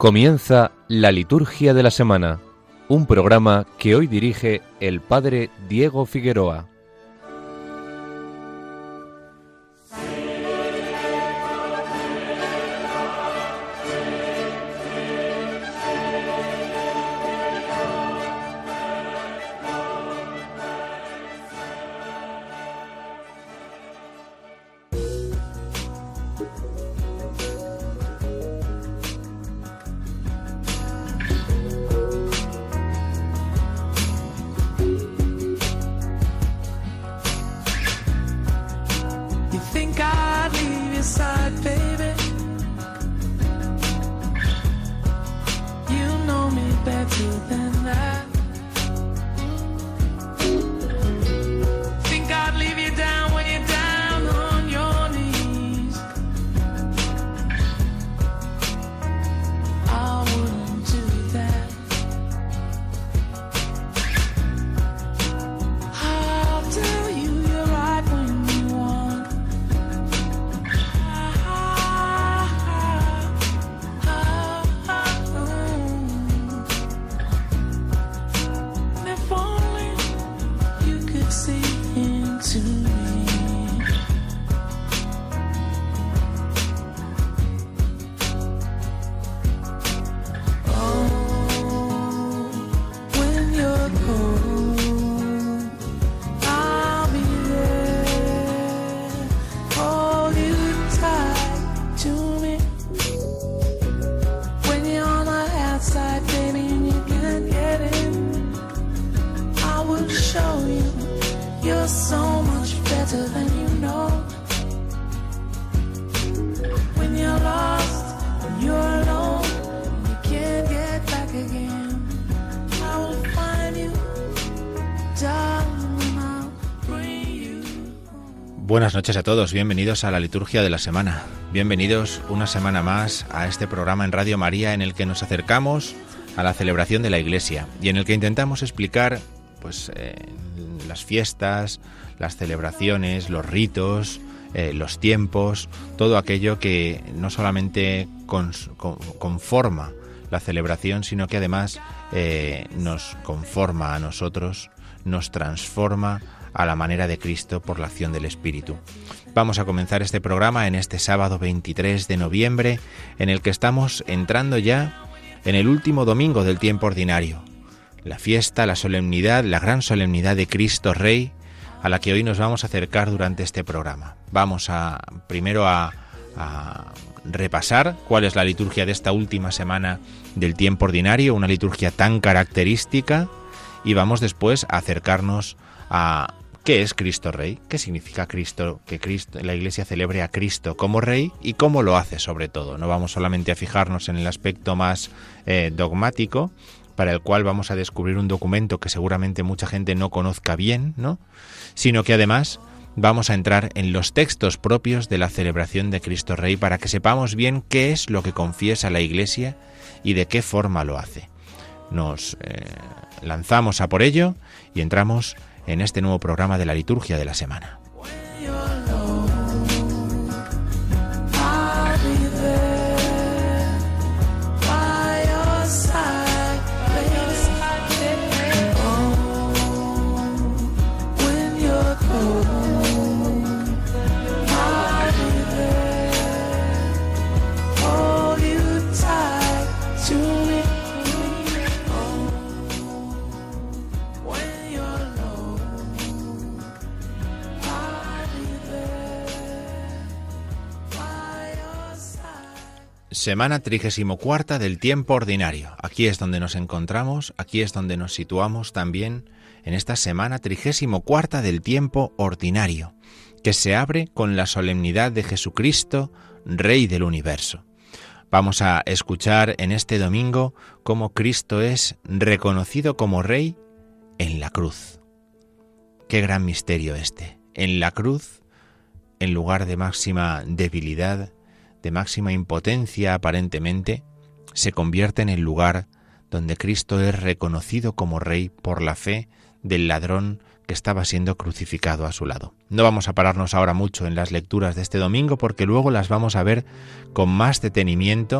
Comienza la liturgia de la semana, un programa que hoy dirige el padre Diego Figueroa. Buenas noches a todos, bienvenidos a la liturgia de la semana. Bienvenidos una semana más a este programa en Radio María en el que nos acercamos a la celebración de la Iglesia y en el que intentamos explicar las fiestas, las celebraciones, los ritos, los tiempos, todo aquello que no solamente conforma la celebración, sino que además nos conforma a nosotros, nos transforma a la manera de Cristo por la acción del Espíritu. Vamos a comenzar este programa en este sábado 23 de noviembre, en el que estamos entrando ya en el último domingo del tiempo ordinario, la fiesta, la solemnidad, la gran solemnidad de Cristo Rey, a la que hoy nos vamos a acercar durante este programa. Vamos primero a repasar cuál es la liturgia de esta última semana del tiempo ordinario, una liturgia tan característica, y vamos después a acercarnos a ¿qué es Cristo Rey? ¿Qué significa Cristo? Que la Iglesia celebre a Cristo como Rey y cómo lo hace sobre todo. No vamos solamente a fijarnos en el aspecto más dogmático, para el cual vamos a descubrir un documento que seguramente mucha gente no conozca bien, ¿no? Sino que además vamos a entrar en los textos propios de la celebración de Cristo Rey para que sepamos bien qué es lo que confiesa la Iglesia y de qué forma lo hace. Nos lanzamos a por ello y entramos en este nuevo programa de la liturgia de la semana. Semana 34 del tiempo ordinario. Aquí es donde nos encontramos, aquí es donde nos situamos también en esta semana 34 del tiempo ordinario, que se abre con la solemnidad de Jesucristo, Rey del universo. Vamos a escuchar en este domingo cómo Cristo es reconocido como Rey en la cruz. Qué gran misterio este. En la cruz, en lugar de máxima debilidad, de máxima impotencia aparentemente, se convierte en el lugar donde Cristo es reconocido como Rey por la fe del ladrón que estaba siendo crucificado a su lado. No vamos a pararnos ahora mucho en las lecturas de este domingo porque luego las vamos a ver con más detenimiento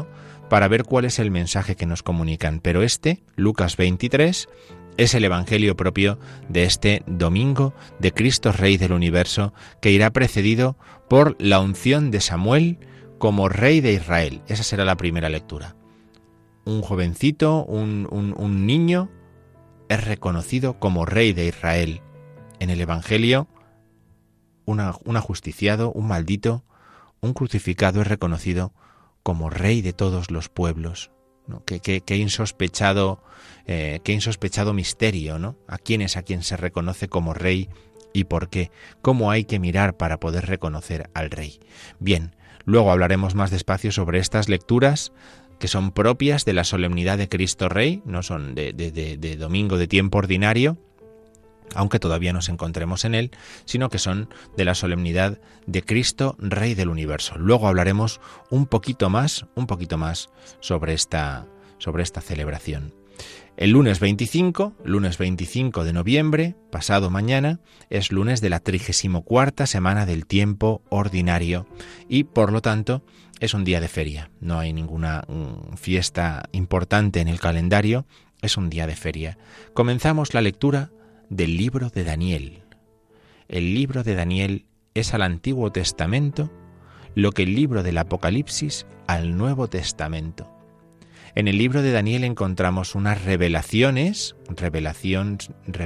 para ver cuál es el mensaje que nos comunican. Pero Lucas 23, es el Evangelio propio de este domingo de Cristo Rey del Universo, que irá precedido por la unción de Samuel como Rey de Israel. Esa será la primera lectura. Un jovencito, un niño, es reconocido como Rey de Israel. En el Evangelio, un ajusticiado, un maldito, un crucificado es reconocido como Rey de todos los pueblos, ¿no? Qué insospechado misterio, ¿no? ¿A quién es a quien se reconoce como Rey y por qué? ¿Cómo hay que mirar para poder reconocer al Rey? Bien, luego hablaremos más despacio sobre estas lecturas que son propias de la solemnidad de Cristo Rey, no son de domingo de tiempo ordinario, aunque todavía nos encontremos en él, sino que son de la solemnidad de Cristo Rey del Universo. Luego hablaremos un poquito más sobre esta celebración. El lunes 25 de noviembre, pasado mañana, es lunes de la 34ª semana del tiempo ordinario y, por lo tanto, es un día de feria. No hay ninguna fiesta importante en el calendario, es un día de feria. Comenzamos la lectura del libro de Daniel. El libro de Daniel es al Antiguo Testamento lo que el libro del Apocalipsis al Nuevo Testamento. En el libro de Daniel encontramos unas revelaciones, revelación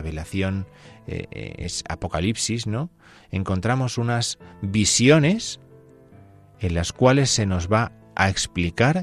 es Apocalipsis, ¿no? Encontramos unas visiones en las cuales se nos va a explicar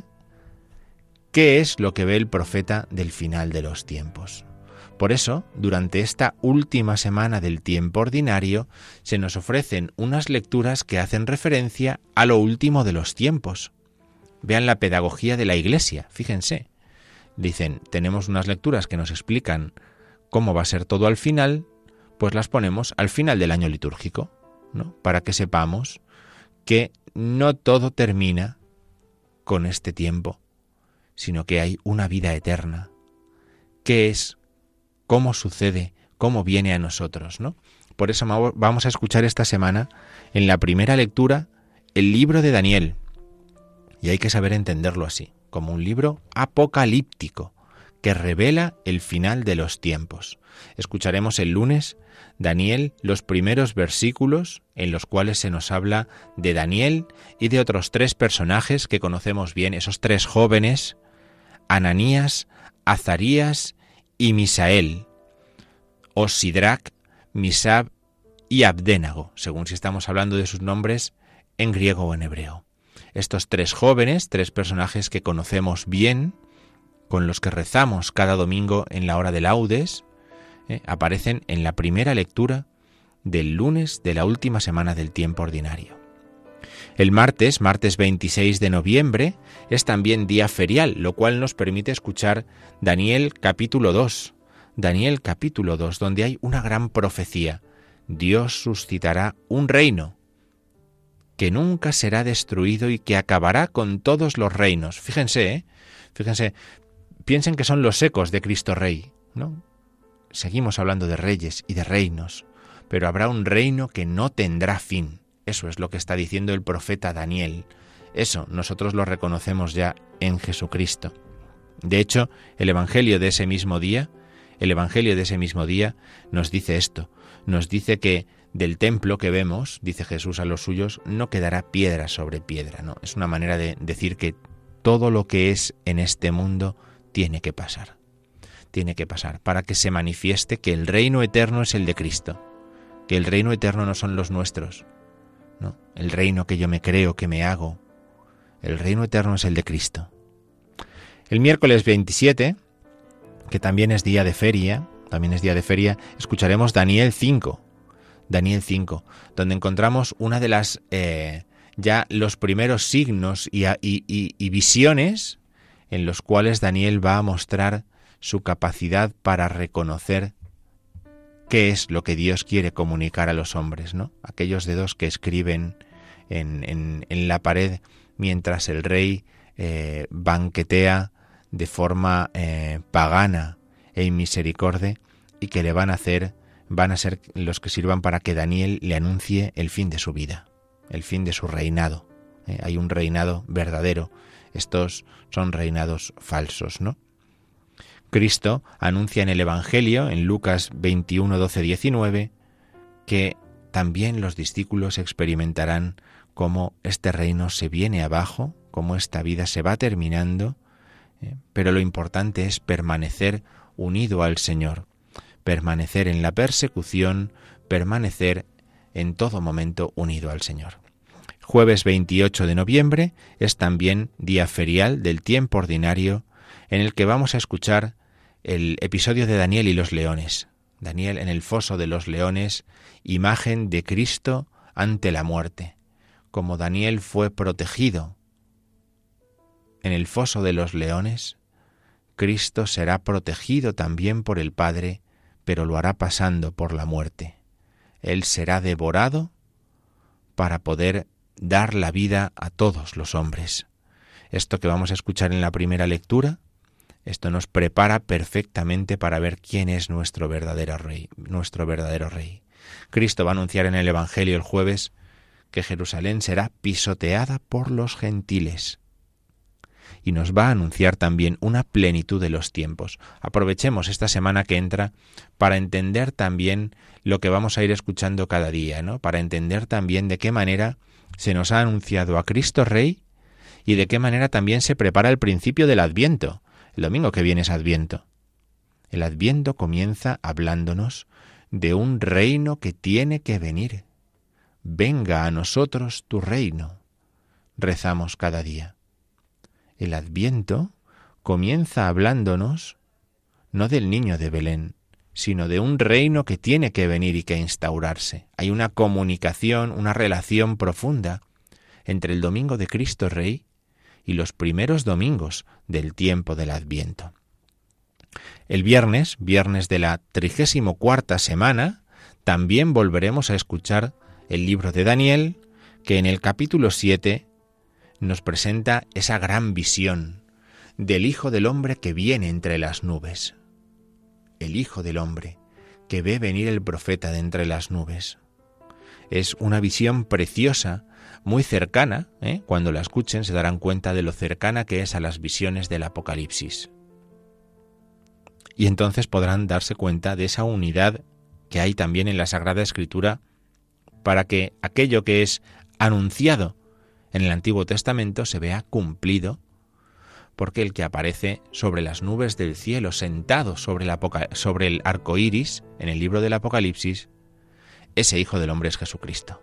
qué es lo que ve el profeta del final de los tiempos. Por eso, durante esta última semana del tiempo ordinario, se nos ofrecen unas lecturas que hacen referencia a lo último de los tiempos. Vean la pedagogía de la Iglesia, fíjense. Dicen, tenemos unas lecturas que nos explican cómo va a ser todo al final, pues las ponemos al final del año litúrgico, ¿no? Para que sepamos que no todo termina con este tiempo, sino que hay una vida eterna. ¿Qué es? ¿Cómo sucede? ¿Cómo viene a nosotros, ¿no? Por eso vamos a escuchar esta semana, en la primera lectura, el libro de Daniel. Y hay que saber entenderlo así, como un libro apocalíptico, que revela el final de los tiempos. Escucharemos el lunes, Daniel, los primeros versículos en los cuales se nos habla de Daniel y de otros 3 personajes que conocemos bien, esos 3 jóvenes, Ananías, Azarías y Misael, o Sidrac, Misab y Abdénago, según si estamos hablando de sus nombres en griego o en hebreo. Estos 3 jóvenes, 3 personajes que conocemos bien, con los que rezamos cada domingo en la hora de laudes, aparecen en la primera lectura del lunes de la última semana del tiempo ordinario. El martes 26 de noviembre, es también día ferial, lo cual nos permite escuchar Daniel capítulo 2. Daniel capítulo 2, donde hay una gran profecía. Dios suscitará un reino que nunca será destruido y que acabará con todos los reinos. Fíjense, piensen que son los ecos de Cristo Rey, ¿no? Seguimos hablando de reyes y de reinos, pero habrá un reino que no tendrá fin. Eso es lo que está diciendo el profeta Daniel. Eso nosotros lo reconocemos ya en Jesucristo. De hecho, el Evangelio de ese mismo día nos dice esto. Nos dice que del templo que vemos, dice Jesús a los suyos, no quedará piedra sobre piedra, ¿no? Es una manera de decir que todo lo que es en este mundo tiene que pasar. Tiene que pasar para que se manifieste que el reino eterno es el de Cristo, que el reino eterno no son los nuestros, ¿no? El reino que yo me creo, que me hago, el reino eterno es el de Cristo. El miércoles 27, que también es día de feria, escucharemos Daniel 5, donde encontramos una de las ya los primeros signos y visiones en los cuales Daniel va a mostrar su capacidad para reconocer qué es lo que Dios quiere comunicar a los hombres, ¿no? Aquellos dedos que escriben en la pared mientras el rey banquetea de forma pagana e inmisericordia, y que le van a ser los que sirvan para que Daniel le anuncie el fin de su vida, el fin de su reinado. Hay un reinado verdadero Estos son reinados falsos, ¿no? Cristo anuncia en el Evangelio, en Lucas 21, 12, 19, que también los discípulos experimentarán cómo este reino se viene abajo, cómo esta vida se va terminando, pero lo importante es permanecer unido al Señor, permanecer en la persecución, permanecer en todo momento unido al Señor. Jueves 28 de noviembre es también día ferial del tiempo ordinario, en el que vamos a escuchar el episodio de Daniel y los leones. Daniel en el foso de los leones, imagen de Cristo ante la muerte. Como Daniel fue protegido en el foso de los leones, Cristo será protegido también por el Padre, pero lo hará pasando por la muerte. Él será devorado para poder dar la vida a todos los hombres. Esto que vamos a escuchar en la primera lectura, esto nos prepara perfectamente para ver quién es nuestro verdadero rey. Cristo va a anunciar en el Evangelio el jueves que Jerusalén será pisoteada por los gentiles. Y nos va a anunciar también una plenitud de los tiempos. Aprovechemos esta semana que entra para entender también lo que vamos a ir escuchando cada día, ¿no? Para entender también de qué manera se nos ha anunciado a Cristo Rey y de qué manera también se prepara el principio del Adviento. El domingo que viene es Adviento. El Adviento comienza hablándonos de un reino que tiene que venir. Venga a nosotros tu reino. Rezamos cada día. El Adviento comienza hablándonos no del niño de Belén, sino de un reino que tiene que venir y que instaurarse. Hay una comunicación, una relación profunda entre el domingo de Cristo Rey y los primeros domingos del tiempo del Adviento. El viernes de la 34ª semana, también volveremos a escuchar el libro de Daniel, que en el capítulo 7 nos presenta esa gran visión del Hijo del Hombre que viene entre las nubes. El Hijo del Hombre que ve venir el profeta de entre las nubes. Es una visión preciosa, muy cercana, cuando la escuchen se darán cuenta de lo cercana que es a las visiones del Apocalipsis. Y entonces podrán darse cuenta de esa unidad que hay también en la Sagrada Escritura para que aquello que es anunciado en el Antiguo Testamento se vea cumplido, porque el que aparece sobre las nubes del cielo, sentado sobre el arco iris, en el libro del Apocalipsis, ese Hijo del Hombre es Jesucristo.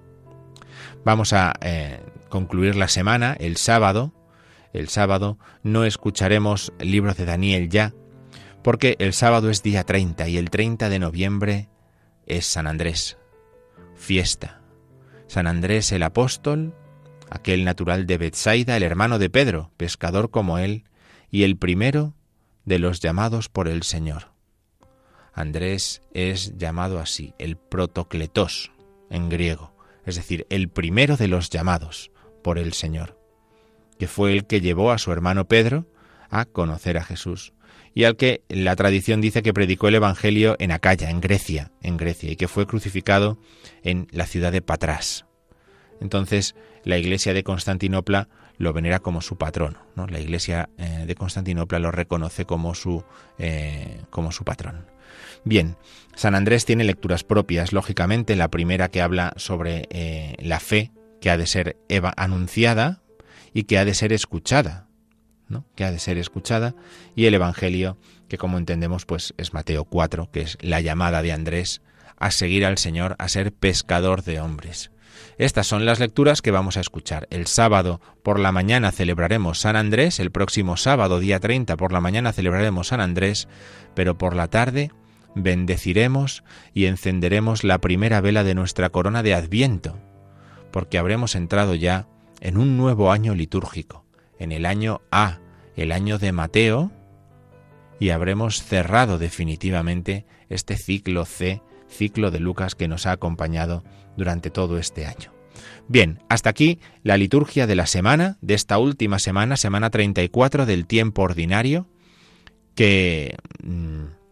Vamos a concluir la semana el sábado. El sábado no escucharemos el libro de Daniel ya, porque el sábado es día 30 y el 30 de noviembre es San Andrés, fiesta. San Andrés el apóstol, aquel natural de Betsaida, el hermano de Pedro, pescador como él, y el primero de los llamados por el Señor. Andrés es llamado así, el protokletos en griego, es decir, el primero de los llamados por el Señor, que fue el que llevó a su hermano Pedro a conocer a Jesús, y al que la tradición dice que predicó el Evangelio en Acaya, en Grecia, y que fue crucificado en la ciudad de Patras. Entonces, la Iglesia de Constantinopla lo venera como su patrono, ¿no? La Iglesia de Constantinopla lo reconoce como su patrón. Bien, San Andrés tiene lecturas propias, lógicamente. La primera que habla sobre la fe que ha de ser anunciada y que ha de ser escuchada, ¿no? Que ha de ser escuchada, y el Evangelio, que como entendemos pues es Mateo 4, que es la llamada de Andrés a seguir al Señor, a ser pescador de hombres. Estas son las lecturas que vamos a escuchar. El sábado por la mañana celebraremos San Andrés, el próximo sábado, día 30, por la mañana celebraremos San Andrés, pero por la tarde bendeciremos y encenderemos la primera vela de nuestra corona de Adviento, porque habremos entrado ya en un nuevo año litúrgico, en el año A, el año de Mateo, y habremos cerrado definitivamente este ciclo C, ciclo de Lucas, que nos ha acompañado durante todo este año. Bien, hasta aquí la liturgia de la semana, de esta última semana, semana 34 del tiempo ordinario, que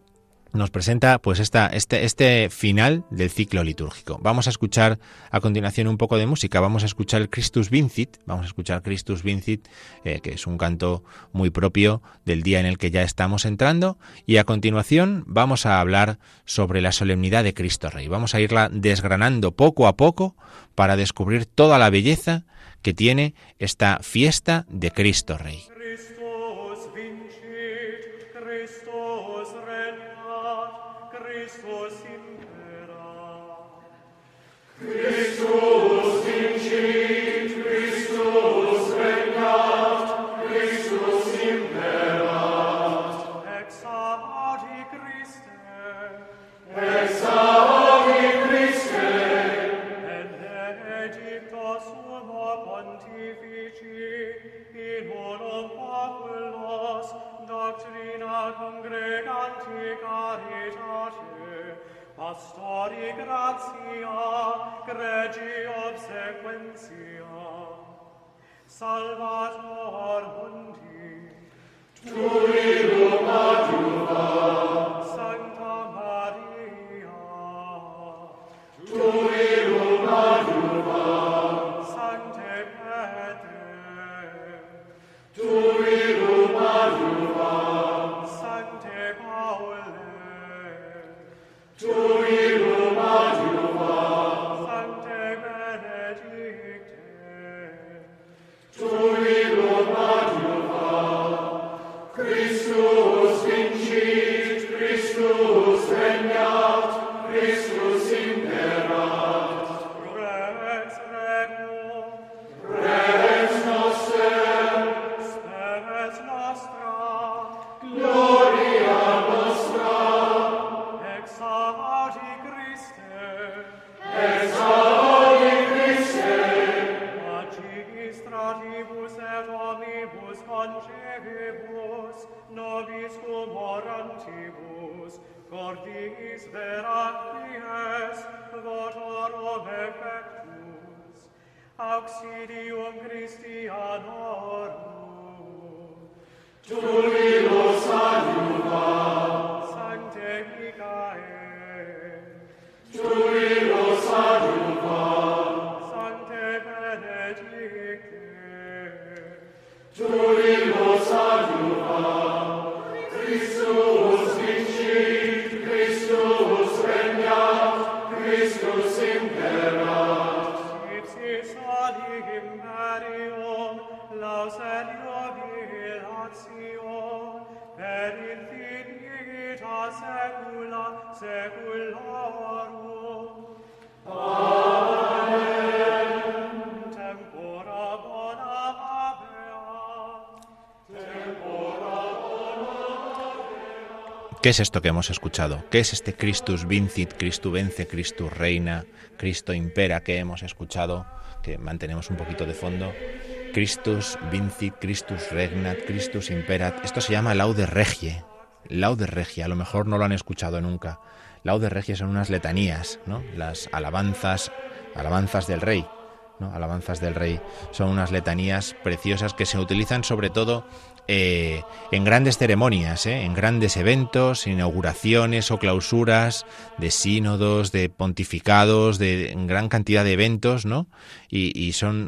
nos presenta pues este final del ciclo litúrgico. Vamos a escuchar a continuación un poco de música. Vamos a escuchar el Christus Vincit, que es un canto muy propio del día en el que ya estamos entrando, y a continuación vamos a hablar sobre la solemnidad de Cristo Rey. Vamos a irla desgranando poco a poco para descubrir toda la belleza que tiene esta fiesta de Cristo Rey. Pastori gratia, gregi obsequentia, Salvator mundi, tui rum adjuva, Sancta Maria, tui rum adjuva, Sancte Petre, tui rum adjuva, Sancte Paule, tui rum adjuva, Sancte Benedicte, tui rum adjuva, Christus vincit, Christus regnat, Christus imperat, Rex regno, Rex noster, Spes nostra, Gloria nostra, Exaudi Christe, Exaudi Christe, Magistratibus et omnibus concebibus, nobis humorantibus, cordis veracies, votorum effectus, auxilium Christianorum, tui los adjuva, Sancte Michael, tui los adjuva, Sancte Benedicte, tui los adjuva, Christus vincit, Christus regnat, Christus imperat, ipsis ad imperium, lauselio vilatio, per infinita secula seculorum. Amen. Tempora bona habea. Tempora bona habea. ¿Qué es esto que hemos escuchado? ¿Qué es este Christus Vincit, Christus vence, Christus reina, Cristo impera que hemos escuchado, que mantenemos un poquito de fondo? Christus Vincit, Christus regnat, Christus imperat. Esto se llama Laude Regie. Laude Regia, a lo mejor no lo han escuchado nunca. Laude Regia son unas letanías, ¿no? Las alabanzas del rey, ¿no? Alabanzas del rey. Son unas letanías preciosas que se utilizan sobre todo en grandes ceremonias, en grandes eventos, inauguraciones o clausuras de sínodos, de pontificados, de gran cantidad de eventos, ¿no? Y son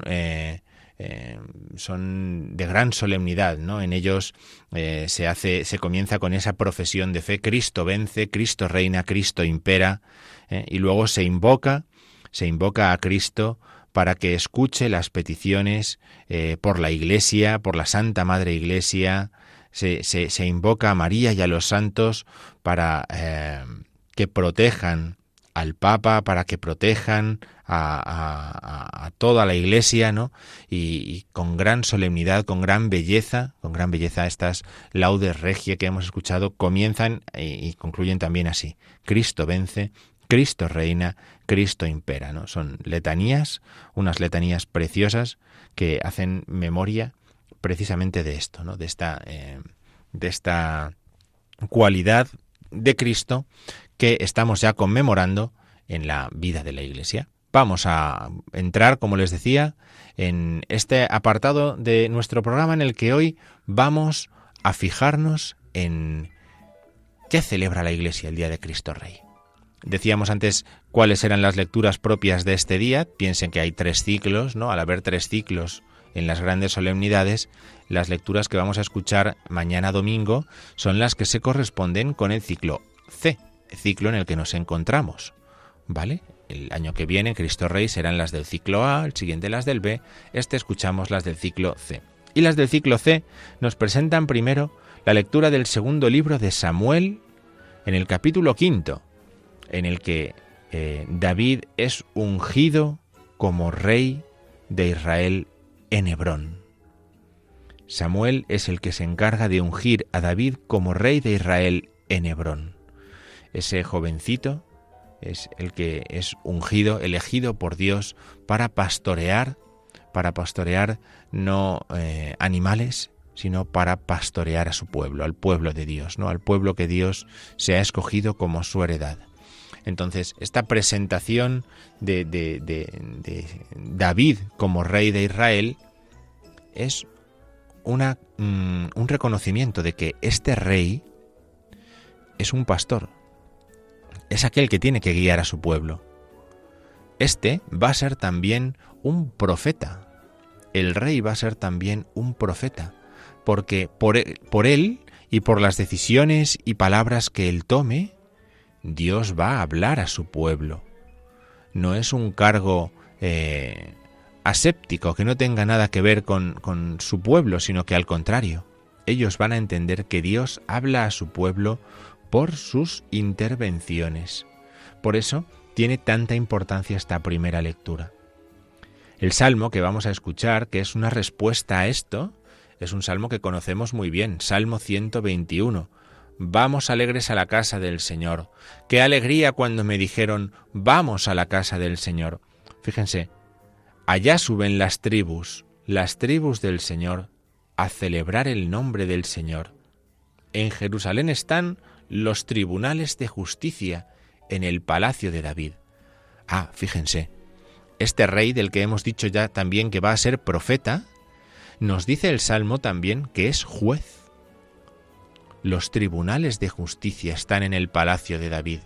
de gran solemnidad, ¿no? En ellos se comienza con esa profesión de fe: Cristo vence, Cristo reina, Cristo impera, y luego se invoca a Cristo para que escuche las peticiones por la Iglesia, por la Santa Madre Iglesia. Se invoca a María y a los santos para que protejan al Papa, para que protejan a toda la Iglesia, ¿no? Y con gran solemnidad, con gran belleza estas laudes regie que hemos escuchado comienzan y concluyen también así: Cristo vence, Cristo reina, Cristo impera, ¿no? Son letanías, unas letanías preciosas que hacen memoria precisamente de esto, ¿no? De esta cualidad de Cristo que estamos ya conmemorando en la vida de la Iglesia. Vamos a entrar, como les decía, en este apartado de nuestro programa en el que hoy vamos a fijarnos en ¿Qué celebra la Iglesia el día de Cristo Rey? Decíamos antes cuáles eran las lecturas propias de este día. Piensen que hay 3 ciclos, ¿no? Al haber 3 ciclos en las grandes solemnidades, las lecturas que vamos a escuchar mañana domingo son las que se corresponden con el ciclo C, el ciclo en el que nos encontramos, ¿vale? El año que viene, Cristo Rey, serán las del ciclo A, el siguiente las del B, escuchamos las del ciclo C. Y las del ciclo C nos presentan primero la lectura del segundo libro de Samuel, en el capítulo 5, en el que David es ungido como rey de Israel en Hebrón. Samuel es el que se encarga de ungir a David como rey de Israel en Hebrón. Ese jovencito es el que es ungido, elegido por Dios para pastorear no animales, sino para pastorear a su pueblo, al pueblo de Dios, ¿no? Al pueblo que Dios se ha escogido como su heredad. Entonces, esta presentación de David como rey de Israel es un reconocimiento de que este rey es un pastor, es aquel que tiene que guiar a su pueblo. Este va a ser también un profeta. El rey va a ser también un profeta, porque por él y por las decisiones y palabras que él tome, Dios va a hablar a su pueblo. No es un cargo aséptico, que no tenga nada que ver con su pueblo, sino que al contrario, ellos van a entender que Dios habla a su pueblo por sus intervenciones. Por eso tiene tanta importancia esta primera lectura. El salmo que vamos a escuchar, que es una respuesta a esto, es un salmo que conocemos muy bien, Salmo 121. Vamos alegres a la casa del Señor. ¡Qué alegría cuando me dijeron, vamos a la casa del Señor! Fíjense, allá suben las tribus del Señor, a celebrar el nombre del Señor. En Jerusalén están los tribunales de justicia, en el palacio de David. Ah, fíjense, este rey del que hemos dicho ya también que va a ser profeta, nos dice el Salmo también que es juez. Los tribunales de justicia están en el palacio de David.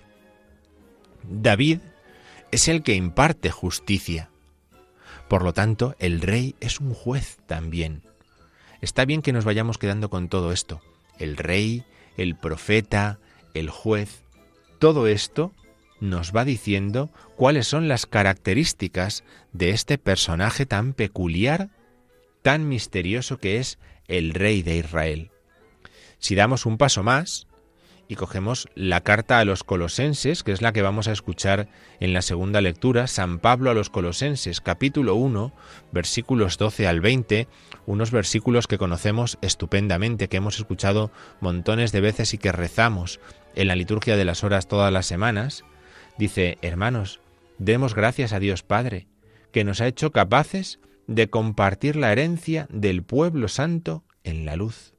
David es el que imparte justicia. Por lo tanto, el rey es un juez también. Está bien que nos vayamos quedando con todo esto. El rey, el profeta, el juez, todo esto nos va diciendo cuáles son las características de este personaje tan peculiar, tan misterioso que es el rey de Israel. Si damos un paso más y cogemos la carta a los Colosenses, que es la que vamos a escuchar en la segunda lectura, San Pablo a los Colosenses, capítulo 1, versículos 12 al 20, unos versículos que conocemos estupendamente, que hemos escuchado montones de veces y que rezamos en la liturgia de las horas todas las semanas. Dice: hermanos, demos gracias a Dios Padre, que nos ha hecho capaces de compartir la herencia del pueblo santo en la luz.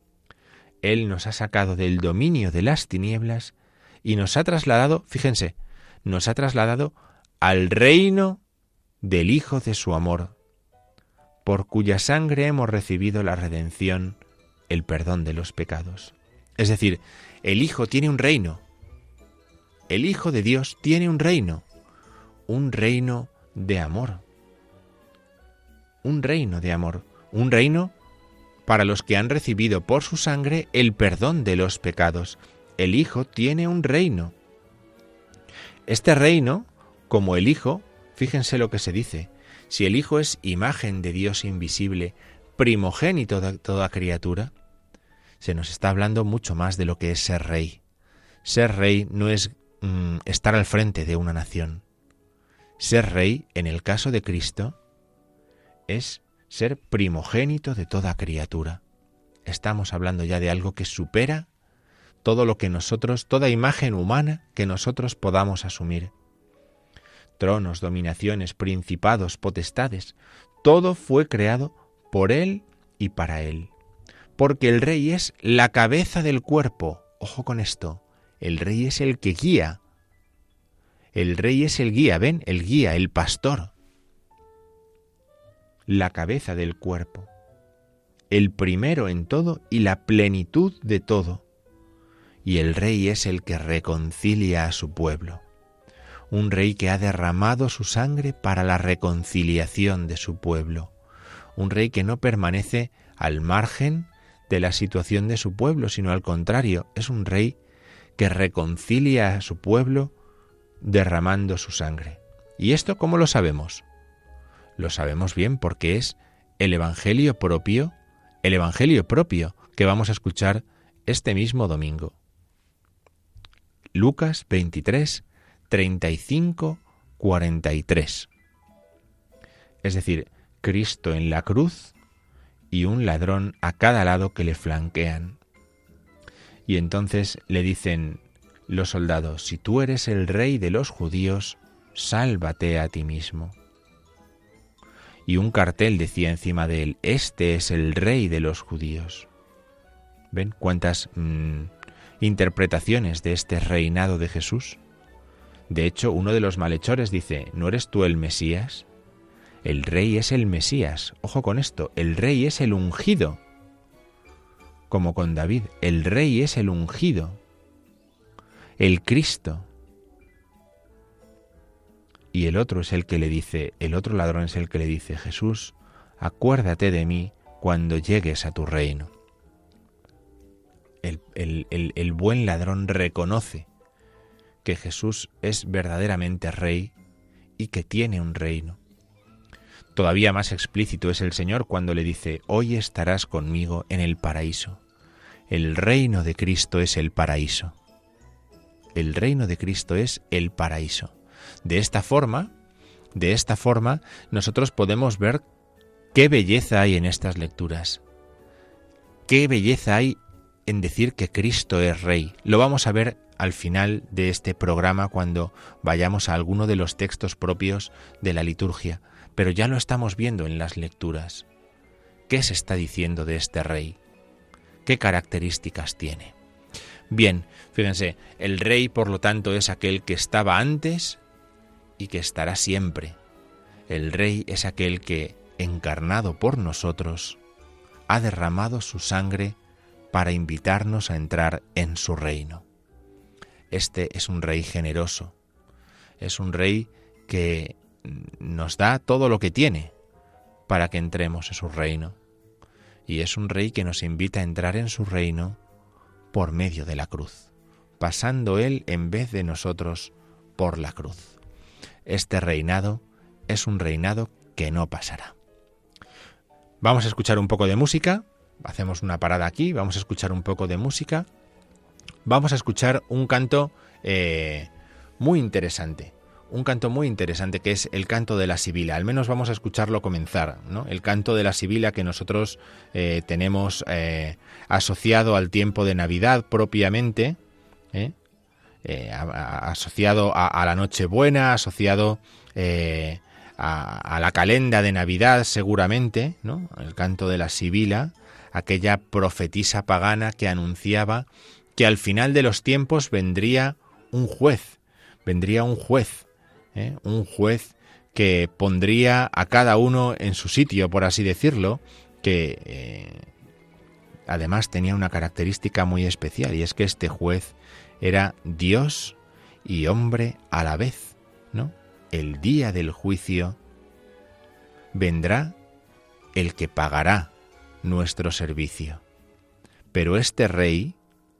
Él nos ha sacado del dominio de las tinieblas y nos ha trasladado, fíjense, nos ha trasladado al reino del Hijo de su amor, por cuya sangre hemos recibido la redención, el perdón de los pecados. Es decir, el Hijo tiene un reino. El Hijo de Dios tiene un reino de amor. Un reino de amor, un reino para los que han recibido por su sangre el perdón de los pecados. El Hijo tiene un reino. Este reino, como el Hijo, fíjense lo que se dice, si el Hijo es imagen de Dios invisible, primogénito de toda criatura, se nos está hablando mucho más de lo que es ser rey. Ser rey no es estar al frente de una nación. Ser rey, en el caso de Cristo, es ser primogénito de toda criatura. Estamos hablando ya de algo que supera todo lo que nosotros, toda imagen humana que nosotros podamos asumir. Tronos, dominaciones, principados, potestades, todo fue creado por Él y para Él. Porque el rey es la cabeza del cuerpo. Ojo con esto, el rey es el que guía. El rey es el guía, ¿ven? El guía, el pastor. La cabeza del cuerpo, el primero en todo y la plenitud de todo. y el rey es el que reconcilia a su pueblo. Un rey que ha derramado su sangre para la reconciliación de su pueblo. Un rey que no permanece al margen de la situación de su pueblo, sino al contrario, es un rey que reconcilia a su pueblo derramando su sangre. ¿Y esto cómo lo sabemos? Lo sabemos bien porque es el evangelio propio que vamos a escuchar este mismo domingo. Lucas 23, 35, 43. Es decir, Cristo en la cruz y un ladrón a cada lado que le flanquean. Y entonces le dicen los soldados: si tú eres el rey de los judíos, sálvate a ti mismo. Y un cartel decía encima de él: este es el rey de los judíos. ¿Ven cuántas interpretaciones de este reinado de Jesús? De hecho, uno de los malhechores dice: ¿no eres tú el Mesías? El rey es el Mesías. Ojo con esto, el rey es el ungido. Como con David, el rey es el ungido, el Cristo. Y el otro es el que le dice, el otro ladrón es el que le dice: Jesús, acuérdate de mí cuando llegues a tu reino. El buen ladrón reconoce que Jesús es verdaderamente rey y que tiene un reino. Todavía más explícito es el Señor cuando le dice: hoy estarás conmigo en el paraíso. El reino de Cristo es el paraíso. El reino de Cristo es el paraíso. De esta forma, nosotros podemos ver qué belleza hay en estas lecturas. Qué belleza hay en decir que Cristo es Rey. Lo vamos a ver al final de este programa cuando vayamos a alguno de los textos propios de la liturgia, pero ya lo estamos viendo en las lecturas. ¿Qué se está diciendo de este Rey? ¿Qué características tiene? Bien, fíjense, el Rey, por lo tanto, es aquel que estaba antes y que estará siempre. El Rey es aquel que, encarnado por nosotros, ha derramado su sangre para invitarnos a entrar en su reino. Este es un Rey generoso, es un Rey que nos da todo lo que tiene para que entremos en su reino, y es un Rey que nos invita a entrar en su reino por medio de la cruz, pasando Él en vez de nosotros por la cruz. Este reinado es un reinado que no pasará. Vamos a escuchar un poco de música, hacemos una parada aquí, vamos a escuchar un poco de música, vamos a escuchar un canto muy interesante, que es el canto de la Sibila. Al menos vamos a escucharlo comenzar, ¿no? El canto de la Sibila que nosotros tenemos asociado al tiempo de Navidad propiamente, asociado a la Nochebuena, asociado a la calenda de Navidad seguramente, ¿no? El canto de la Sibila, aquella profetisa pagana que anunciaba que al final de los tiempos vendría un juez, un juez que pondría a cada uno en su sitio, por así decirlo, que además tenía una característica muy especial, y es que este juez era Dios y hombre a la vez, ¿no? El día del juicio vendrá el que pagará nuestro servicio. Pero este rey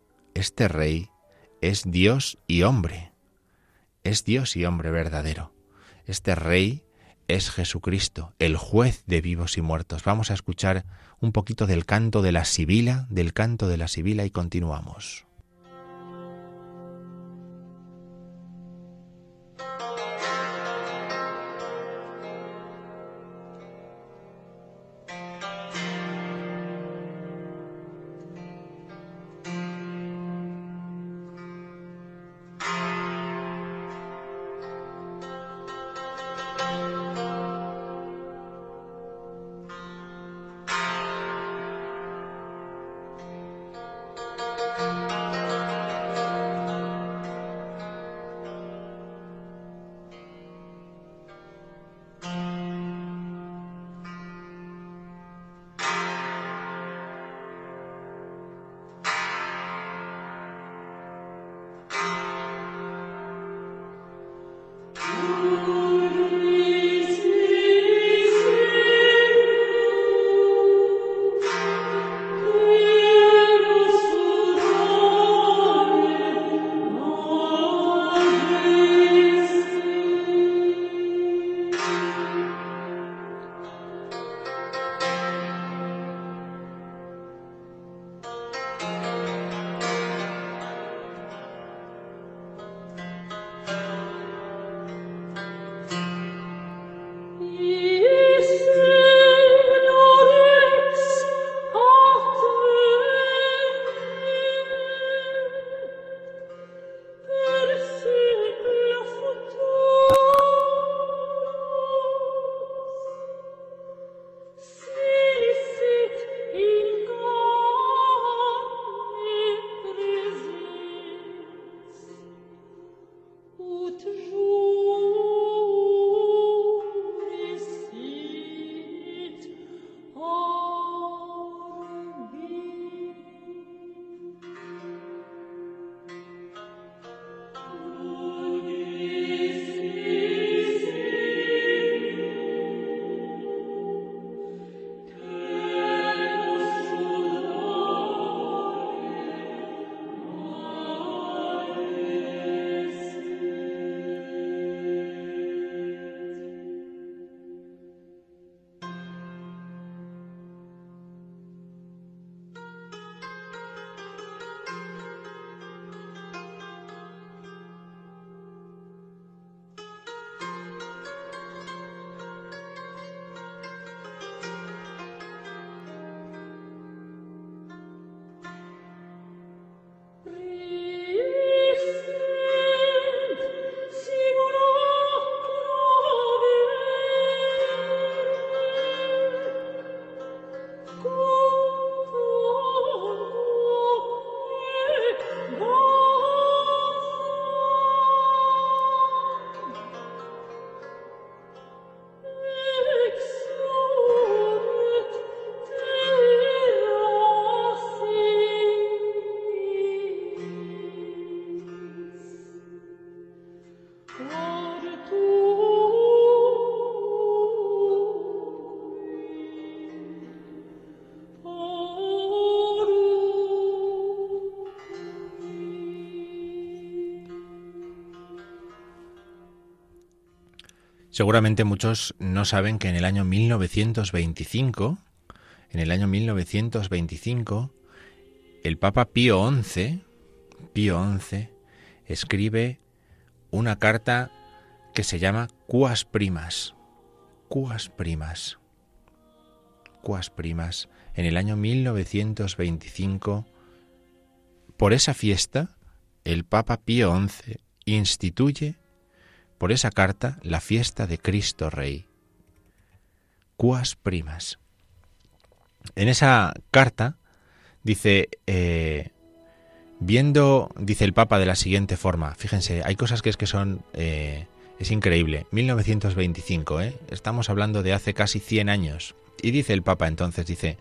es Dios y hombre. Es Dios y hombre verdadero. Este Rey es Jesucristo, el juez de vivos y muertos. Vamos a escuchar un poquito del canto de la Sibila, y continuamos. Seguramente muchos no saben que en el año 1925, el Papa Pío XI escribe una carta que se llama Quas Primas, en el año 1925. Por esa fiesta, el Papa Pío XI instituye, por esa carta, la fiesta de Cristo Rey. Quas Primas. En esa carta dice, dice el Papa de la siguiente forma. Fíjense, hay cosas que son... es increíble. 1925, estamos hablando de hace casi 100 años. Y dice el Papa entonces, dice...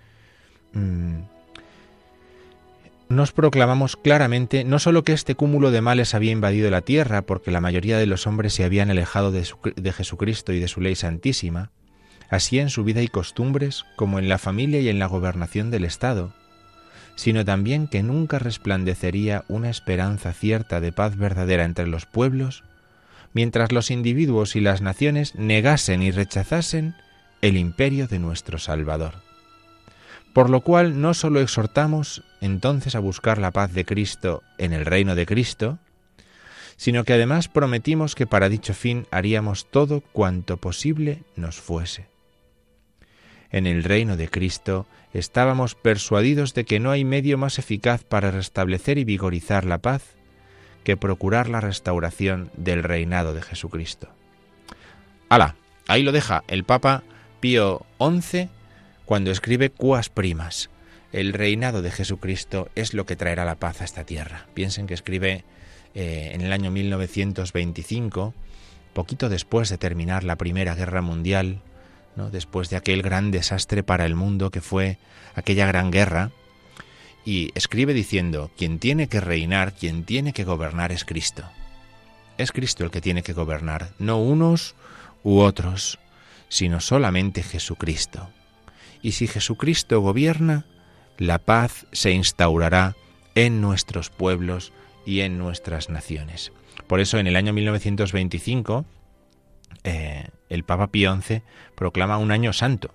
Nos proclamamos claramente no solo que este cúmulo de males había invadido la tierra porque la mayoría de los hombres se habían alejado de Jesucristo y de su ley santísima, así en su vida y costumbres como en la familia y en la gobernación del Estado, sino también que nunca resplandecería una esperanza cierta de paz verdadera entre los pueblos, mientras los individuos y las naciones negasen y rechazasen el imperio de nuestro Salvador. Por lo cual no solo exhortamos entonces a buscar la paz de Cristo en el reino de Cristo, sino que además prometimos que para dicho fin haríamos todo cuanto posible nos fuese. En el reino de Cristo estábamos persuadidos de que no hay medio más eficaz para restablecer y vigorizar la paz que procurar la restauración del reinado de Jesucristo. ¡Hala! Ahí lo deja el Papa Pío XI cuando escribe Quas Primas. El reinado de Jesucristo es lo que traerá la paz a esta tierra. Piensen que escribe en el año 1925, poquito después de terminar la Primera Guerra Mundial, ¿no? Después de aquel gran desastre para el mundo que fue aquella gran guerra, y escribe diciendo, quien tiene que reinar, quien tiene que gobernar es Cristo. Es Cristo el que tiene que gobernar, no unos u otros, sino solamente Jesucristo. Y si Jesucristo gobierna, la paz se instaurará en nuestros pueblos y en nuestras naciones. Por eso, en el año 1925, el Papa Pío XI proclama un año santo,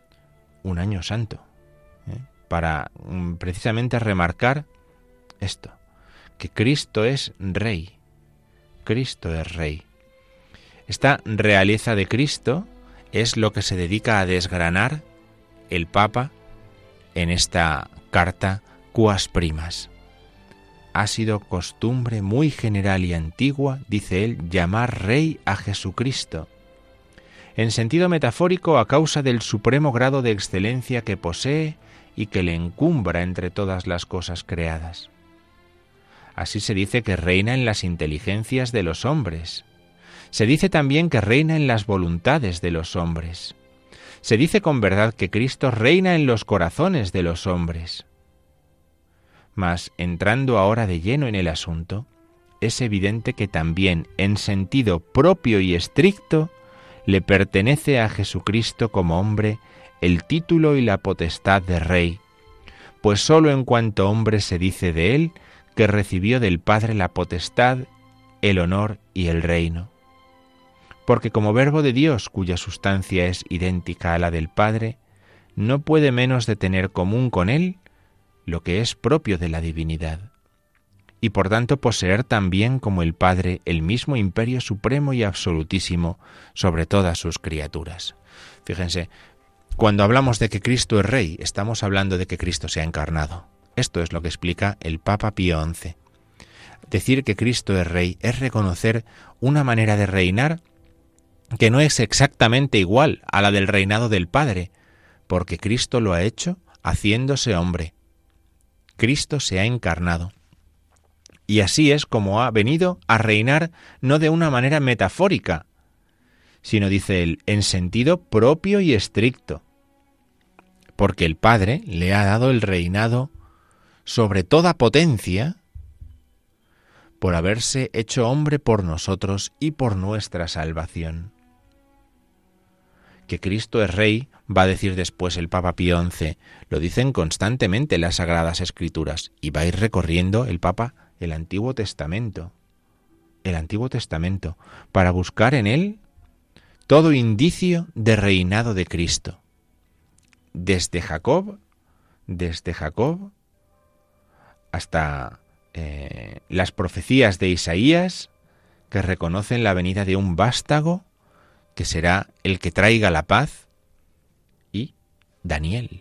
para precisamente remarcar esto, que Cristo es Rey. Cristo es Rey. Esta realeza de Cristo es lo que se dedica a desgranar el Papa en esta carta Quas Primas. Ha sido costumbre muy general y antigua, dice él, llamar Rey a Jesucristo, en sentido metafórico a causa del supremo grado de excelencia que posee y que le encumbra entre todas las cosas creadas. Así se dice que reina en las inteligencias de los hombres. Se dice también que reina en las voluntades de los hombres. Se dice con verdad que Cristo reina en los corazones de los hombres. Mas, entrando ahora de lleno en el asunto, es evidente que también, en sentido propio y estricto, le pertenece a Jesucristo como hombre el título y la potestad de Rey, pues sólo en cuanto hombre se dice de él que recibió del Padre la potestad, el honor y el reino. Porque como Verbo de Dios, cuya sustancia es idéntica a la del Padre, no puede menos de tener común con él lo que es propio de la divinidad, y por tanto poseer también como el Padre el mismo imperio supremo y absolutísimo sobre todas sus criaturas. Fíjense, cuando hablamos de que Cristo es Rey, estamos hablando de que Cristo se ha encarnado. Esto es lo que explica el Papa Pío XI. Decir que Cristo es Rey es reconocer una manera de reinar que no es exactamente igual a la del reinado del Padre, porque Cristo lo ha hecho haciéndose hombre. Cristo se ha encarnado. Y así es como ha venido a reinar no de una manera metafórica, sino, dice él, en sentido propio y estricto, porque el Padre le ha dado el reinado sobre toda potencia por haberse hecho hombre por nosotros y por nuestra salvación. Que Cristo es Rey, va a decir después el Papa Pío XI, lo dicen constantemente las Sagradas Escrituras, y va a ir recorriendo el Papa el Antiguo Testamento, para buscar en él todo indicio de reinado de Cristo. Desde Jacob hasta las profecías de Isaías, que reconocen la venida de un vástago que será el que traiga la paz, y Daniel,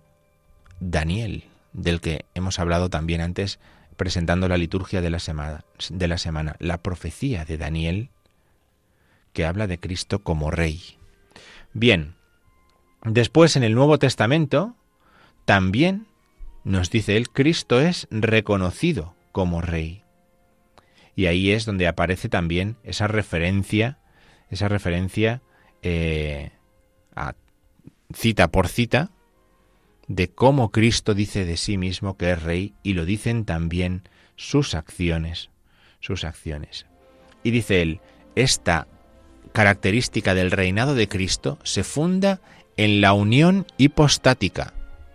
del que hemos hablado también antes presentando la liturgia de la semana, la profecía de Daniel que habla de Cristo como Rey. Bien, después en el Nuevo Testamento también nos dice él, Cristo es reconocido como Rey. Y ahí es donde aparece también esa referencia a cita por cita de cómo Cristo dice de sí mismo que es Rey, y lo dicen también sus acciones. Y dice él, esta característica del reinado de Cristo se funda en la unión hipostática.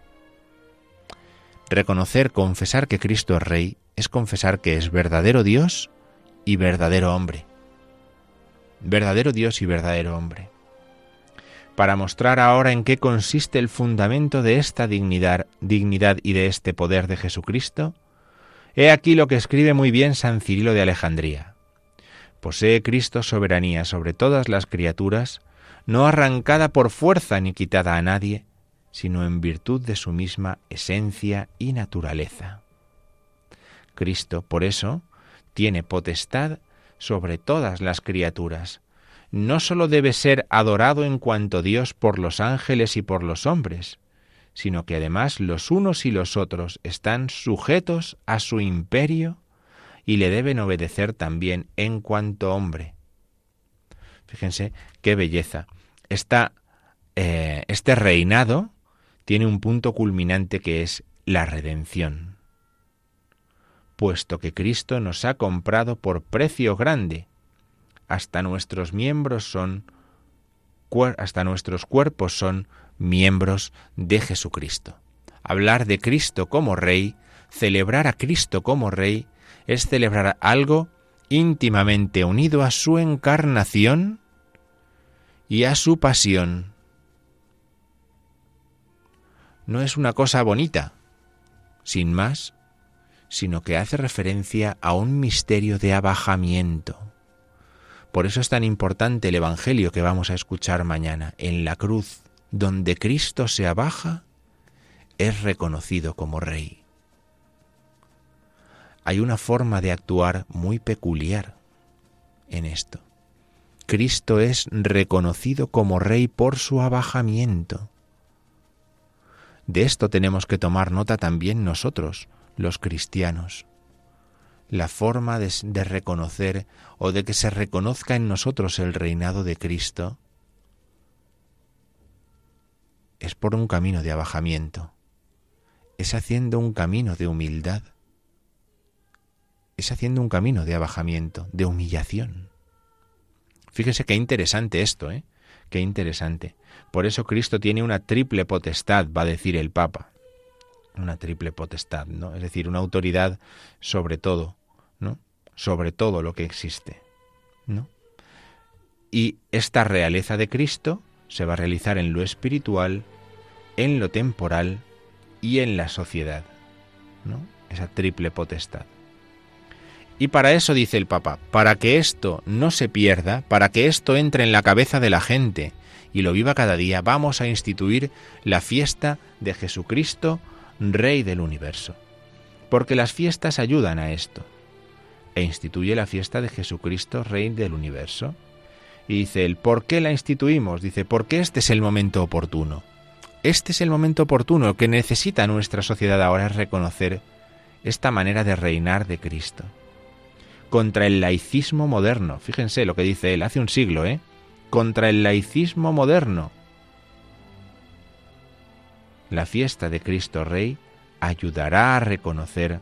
Reconocer, confesar que Cristo es Rey, es confesar que es verdadero Dios y verdadero hombre. Verdadero Dios y verdadero hombre. Para mostrar ahora en qué consiste el fundamento de esta dignidad y de este poder de Jesucristo, he aquí lo que escribe muy bien San Cirilo de Alejandría. Posee Cristo soberanía sobre todas las criaturas, no arrancada por fuerza ni quitada a nadie, sino en virtud de su misma esencia y naturaleza. Cristo, por eso, tiene potestad sobre todas las criaturas. No sólo debe ser adorado en cuanto Dios por los ángeles y por los hombres, sino que además los unos y los otros están sujetos a su imperio y le deben obedecer también en cuanto hombre. Fíjense qué belleza. Este reinado tiene un punto culminante que es la redención. puesto que Cristo nos ha comprado por precio grande. Hasta nuestros cuerpos son miembros de Jesucristo. Hablar de Cristo como Rey, celebrar a Cristo como Rey, es celebrar algo íntimamente unido a su encarnación y a su pasión. No es una cosa bonita, sin más, sino que hace referencia a un misterio de abajamiento. Por eso es tan importante el Evangelio que vamos a escuchar mañana. En la cruz, donde Cristo se abaja, es reconocido como Rey. Hay una forma de actuar muy peculiar en esto. Cristo es reconocido como Rey por su abajamiento. De esto tenemos que tomar nota también nosotros, los cristianos. La forma de reconocer o de que se reconozca en nosotros el reinado de Cristo es por un camino de abajamiento, es haciendo un camino de humildad, es haciendo un camino de abajamiento, de humillación. Fíjese qué interesante esto, qué interesante. Por eso Cristo tiene una triple potestad, va a decir el Papa. Una triple potestad, ¿no? Es decir, una autoridad sobre todo, ¿no? Sobre todo lo que existe, ¿no? Y esta realeza de Cristo se va a realizar en lo espiritual, en lo temporal y en la sociedad, ¿no? Esa triple potestad. Y para eso dice el Papa, para que esto no se pierda, para que esto entre en la cabeza de la gente y lo viva cada día, vamos a instituir la fiesta de Jesucristo, Rey del universo. Porque las fiestas ayudan a esto. E instituye la fiesta de Jesucristo, Rey del universo. Y dice él, ¿por qué la instituimos? Dice, porque este es el momento oportuno. Este es el momento oportuno. Lo que necesita nuestra sociedad ahora es reconocer esta manera de reinar de Cristo. Contra el laicismo moderno. Fíjense lo que dice él, hace un siglo, contra el laicismo moderno. La fiesta de Cristo Rey ayudará a reconocer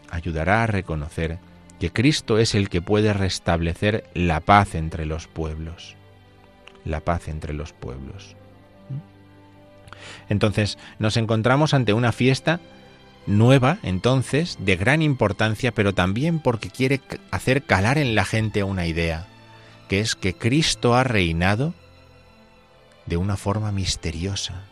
que Cristo es el que puede restablecer la paz entre los pueblos. La paz entre los pueblos. Entonces, nos encontramos ante una fiesta nueva, entonces, de gran importancia, pero también porque quiere hacer calar en la gente una idea, que es que Cristo ha reinado de una forma misteriosa,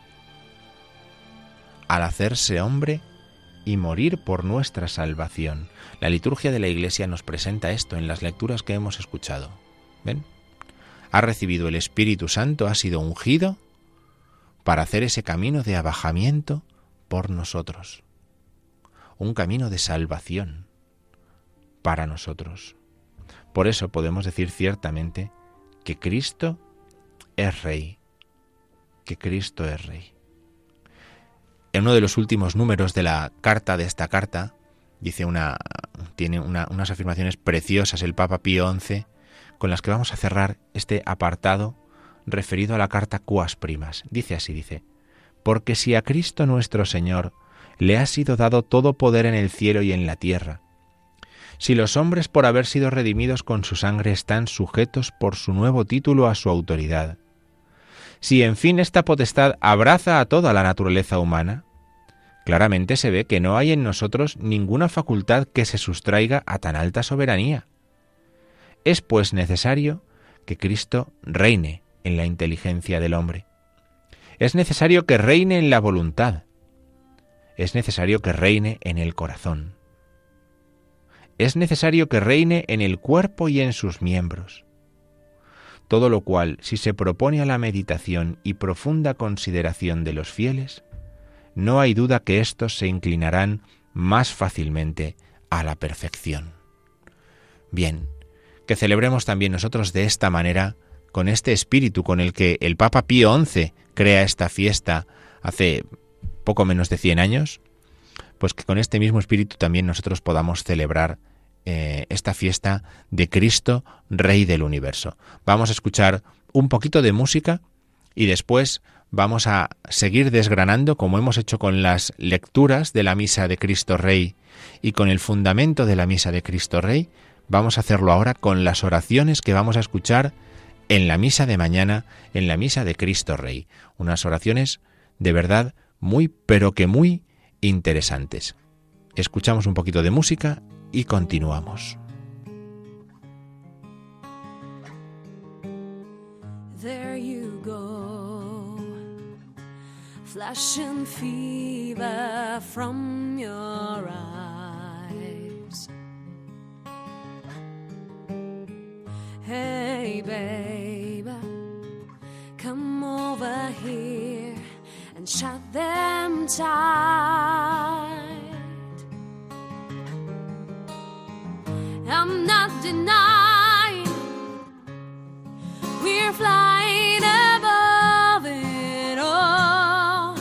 al hacerse hombre y morir por nuestra salvación. La liturgia de la Iglesia nos presenta esto en las lecturas que hemos escuchado. ¿Ven? Ha recibido el Espíritu Santo, ha sido ungido para hacer ese camino de abajamiento por nosotros. Un camino de salvación para nosotros. Por eso podemos decir ciertamente que Cristo es Rey. Que Cristo es Rey. En uno de los últimos números de esta carta, tiene unas afirmaciones preciosas el Papa Pío XI, con las que vamos a cerrar este apartado referido a la carta Quas Primas. Dice así, porque si a Cristo nuestro Señor le ha sido dado todo poder en el cielo y en la tierra, si los hombres por haber sido redimidos con su sangre están sujetos por su nuevo título a su autoridad, si en fin esta potestad abraza a toda la naturaleza humana, claramente se ve que no hay en nosotros ninguna facultad que se sustraiga a tan alta soberanía. Es pues necesario que Cristo reine en la inteligencia del hombre. Es necesario que reine en la voluntad. Es necesario que reine en el corazón. Es necesario que reine en el cuerpo y en sus miembros. Todo lo cual, si se propone a la meditación y profunda consideración de los fieles, no hay duda que éstos se inclinarán más fácilmente a la perfección. Bien, que celebremos también nosotros de esta manera, con este espíritu con el que el Papa Pío XI crea esta fiesta hace poco menos de 100 años, pues que con este mismo espíritu también nosotros podamos celebrar esta fiesta de Cristo, Rey del universo. Vamos a escuchar un poquito de música y después vamos a seguir desgranando, como hemos hecho con las lecturas de la Misa de Cristo Rey y con el fundamento de la Misa de Cristo Rey. Vamos a hacerlo ahora con las oraciones que vamos a escuchar en la misa de mañana, en la Misa de Cristo Rey. Unas oraciones de verdad muy, pero que muy interesantes. Escuchamos un poquito de música y continuamos. There you go, flash and fever from your eyes. Hey baby, come over here and shut them tight. I'm not denying we're flying above it all.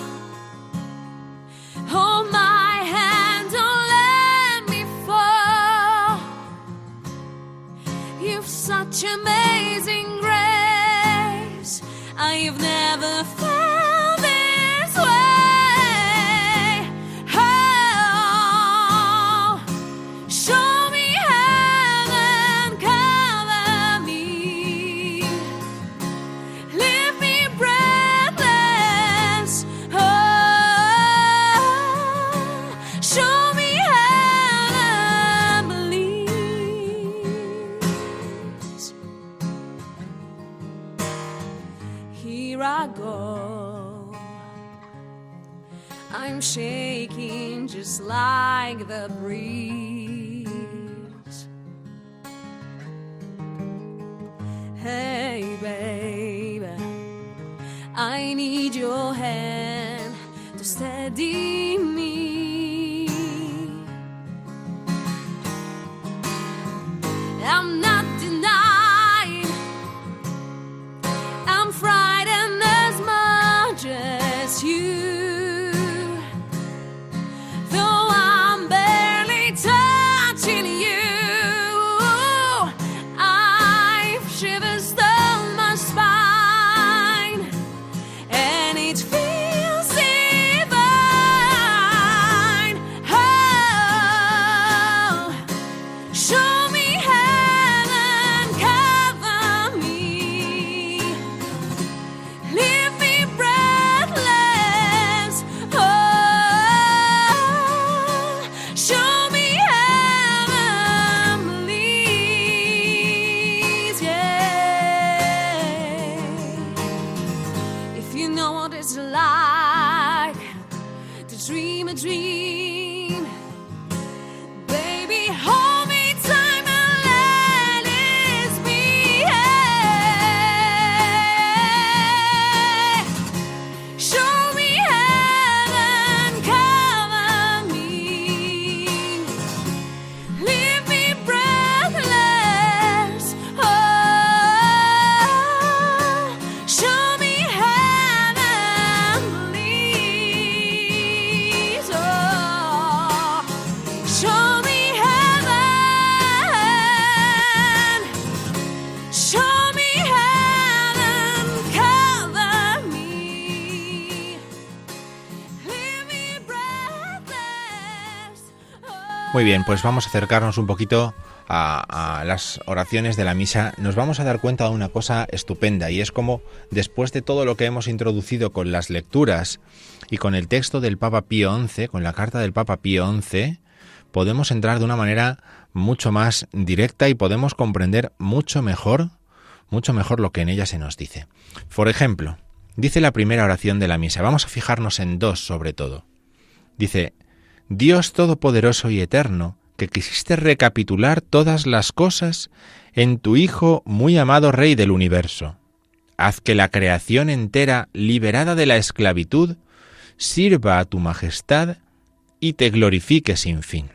Hold my hand, don't let me fall. You've such amazing grace, I've never felt this way. Oh, show me heaven, cover me, leave me breathless. Oh, show me heaven, please. Here I go, I'm shaking just like the breeze. Hey baby, I need your hand to steady me. I'm not denying I'm frightened as much as you, though I'm barely touching you. I've shivers down my spine, and it feels divine. Oh, show me heaven, cover me, leave me breathless. Oh, show me heaven, please. Yeah. If you know what it's like to dream a dream, baby, hold me tight and let it be. Yeah. Show me heaven, cover me, leave me breathless. Oh, show me heaven, please. Oh, show me heaven, show me heaven, cover me, leave me breathless. Oh. Muy bien, pues vamos a acercarnos un poquito a las oraciones de la misa. Nos vamos a dar cuenta de una cosa estupenda, y es como después de todo lo que hemos introducido con las lecturas y con el texto del Papa Pío XI, con la carta del Papa Pío XI, podemos entrar de una manera mucho más directa y podemos comprender mucho mejor lo que en ella se nos dice. Por ejemplo, dice la primera oración de la misa, vamos a fijarnos en dos sobre todo. Dice: Dios Todopoderoso y Eterno, que quisiste recapitular todas las cosas en tu Hijo muy amado Rey del universo, haz que la creación entera, liberada de la esclavitud, sirva a tu majestad y te glorifique sin fin.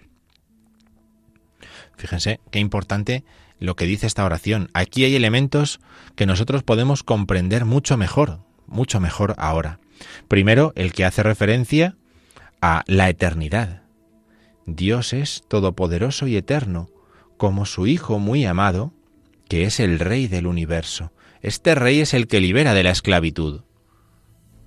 Fíjense qué importante lo que dice esta oración. Aquí hay elementos que nosotros podemos comprender mucho mejor ahora. Primero, el que hace referencia a la eternidad. Dios es todopoderoso y eterno, como su Hijo muy amado, que es el Rey del universo. Este Rey es el que libera de la esclavitud.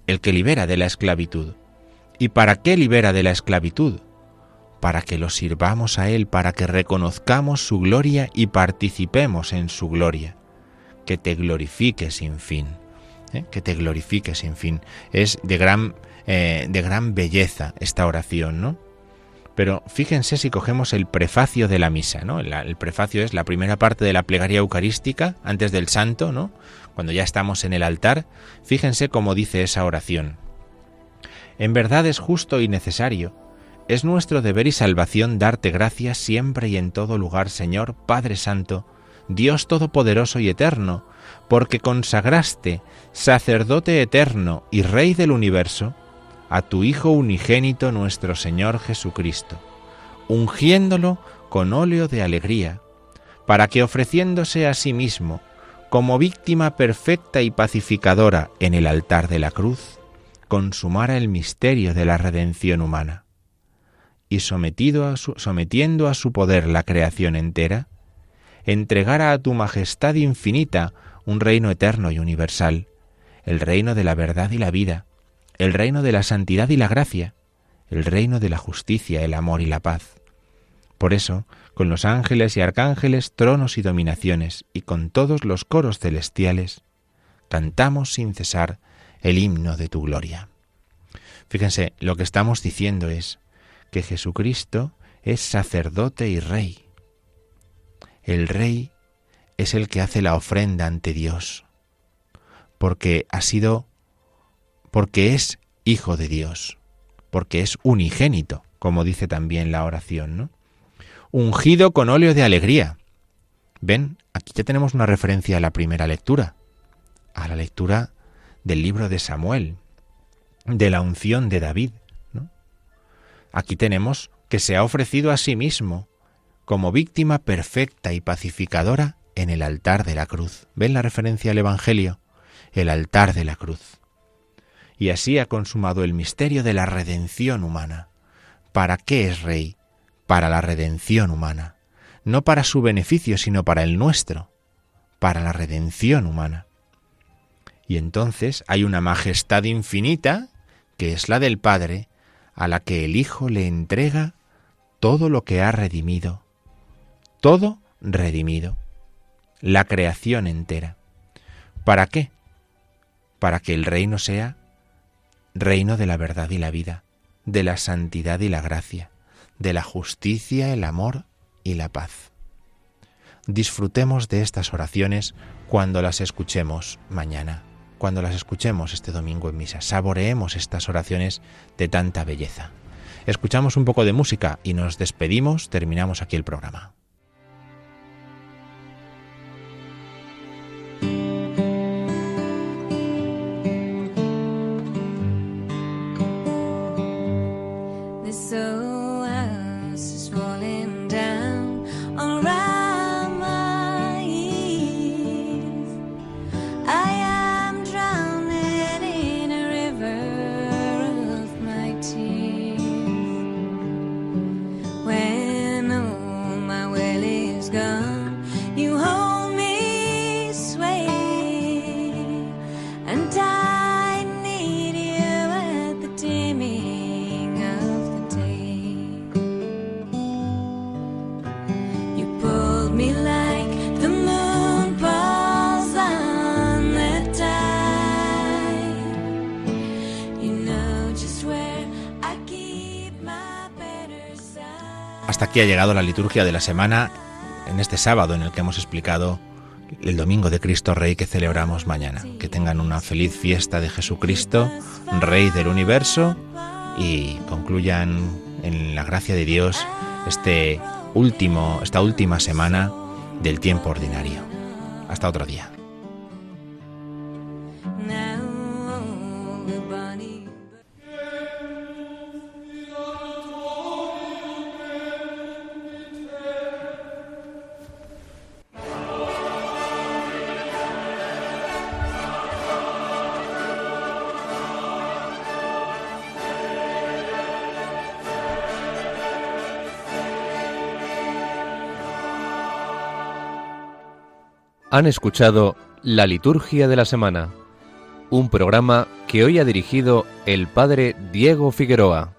el que libera de la esclavitud. ¿Y para qué libera de la esclavitud? Para que lo sirvamos a Él, para que reconozcamos su gloria y participemos en su gloria. Que te glorifique sin fin. Que te glorifique sin fin. Es de gran belleza esta oración, ¿no? Pero fíjense si cogemos el prefacio de la misa, ¿no? El prefacio es la primera parte de la plegaria eucarística, antes del santo, ¿no? Cuando ya estamos en el altar, fíjense cómo dice esa oración. En verdad es justo y necesario, es nuestro deber y salvación darte gracias siempre y en todo lugar, Señor, Padre Santo, Dios Todopoderoso y Eterno, porque consagraste, sacerdote eterno y Rey del universo, a tu Hijo unigénito nuestro Señor Jesucristo, ungiéndolo con óleo de alegría, para que ofreciéndose a sí mismo como víctima perfecta y pacificadora en el altar de la cruz, consumara el misterio de la redención humana, y sometiendo a su poder la creación entera, entregara a tu majestad infinita un reino eterno y universal, el reino de la verdad y la vida, el reino de la santidad y la gracia, el reino de la justicia, el amor y la paz. Por eso, con los ángeles y arcángeles, tronos y dominaciones, y con todos los coros celestiales, cantamos sin cesar el himno de tu gloria. Fíjense, lo que estamos diciendo es que Jesucristo es sacerdote y rey. El rey es el que hace la ofrenda ante Dios, porque es hijo de Dios, porque es unigénito, como dice también la oración, ¿no? Ungido con óleo de alegría. ¿Ven? Aquí ya tenemos una referencia a la primera lectura, a la lectura del libro de Samuel, de la unción de David, ¿no? Aquí tenemos que se ha ofrecido a sí mismo como víctima perfecta y pacificadora en el altar de la cruz. ¿Ven la referencia al Evangelio? El altar de la cruz. Y así ha consumado el misterio de la redención humana. ¿Para qué es rey? Para la redención humana. No para su beneficio, sino para el nuestro. Para la redención humana. Y entonces hay una majestad infinita, que es la del Padre, a la que el Hijo le entrega todo lo que ha redimido. Todo redimido. La creación entera. ¿Para qué? Para que el reino sea reino de la verdad y la vida, de la santidad y la gracia, de la justicia, el amor y la paz. Disfrutemos de estas oraciones cuando las escuchemos mañana, cuando las escuchemos este domingo en misa. Saboreemos estas oraciones de tanta belleza. Escuchamos un poco de música y nos despedimos, terminamos aquí el programa. Hasta aquí ha llegado la liturgia de la semana en este sábado en el que hemos explicado el Domingo de Cristo Rey que celebramos mañana. Que tengan una feliz fiesta de Jesucristo, Rey del universo, y concluyan en la gracia de Dios esta última semana del tiempo ordinario. Hasta otro día. Han escuchado la liturgia de la semana, un programa que hoy ha dirigido el padre Diego Figueroa.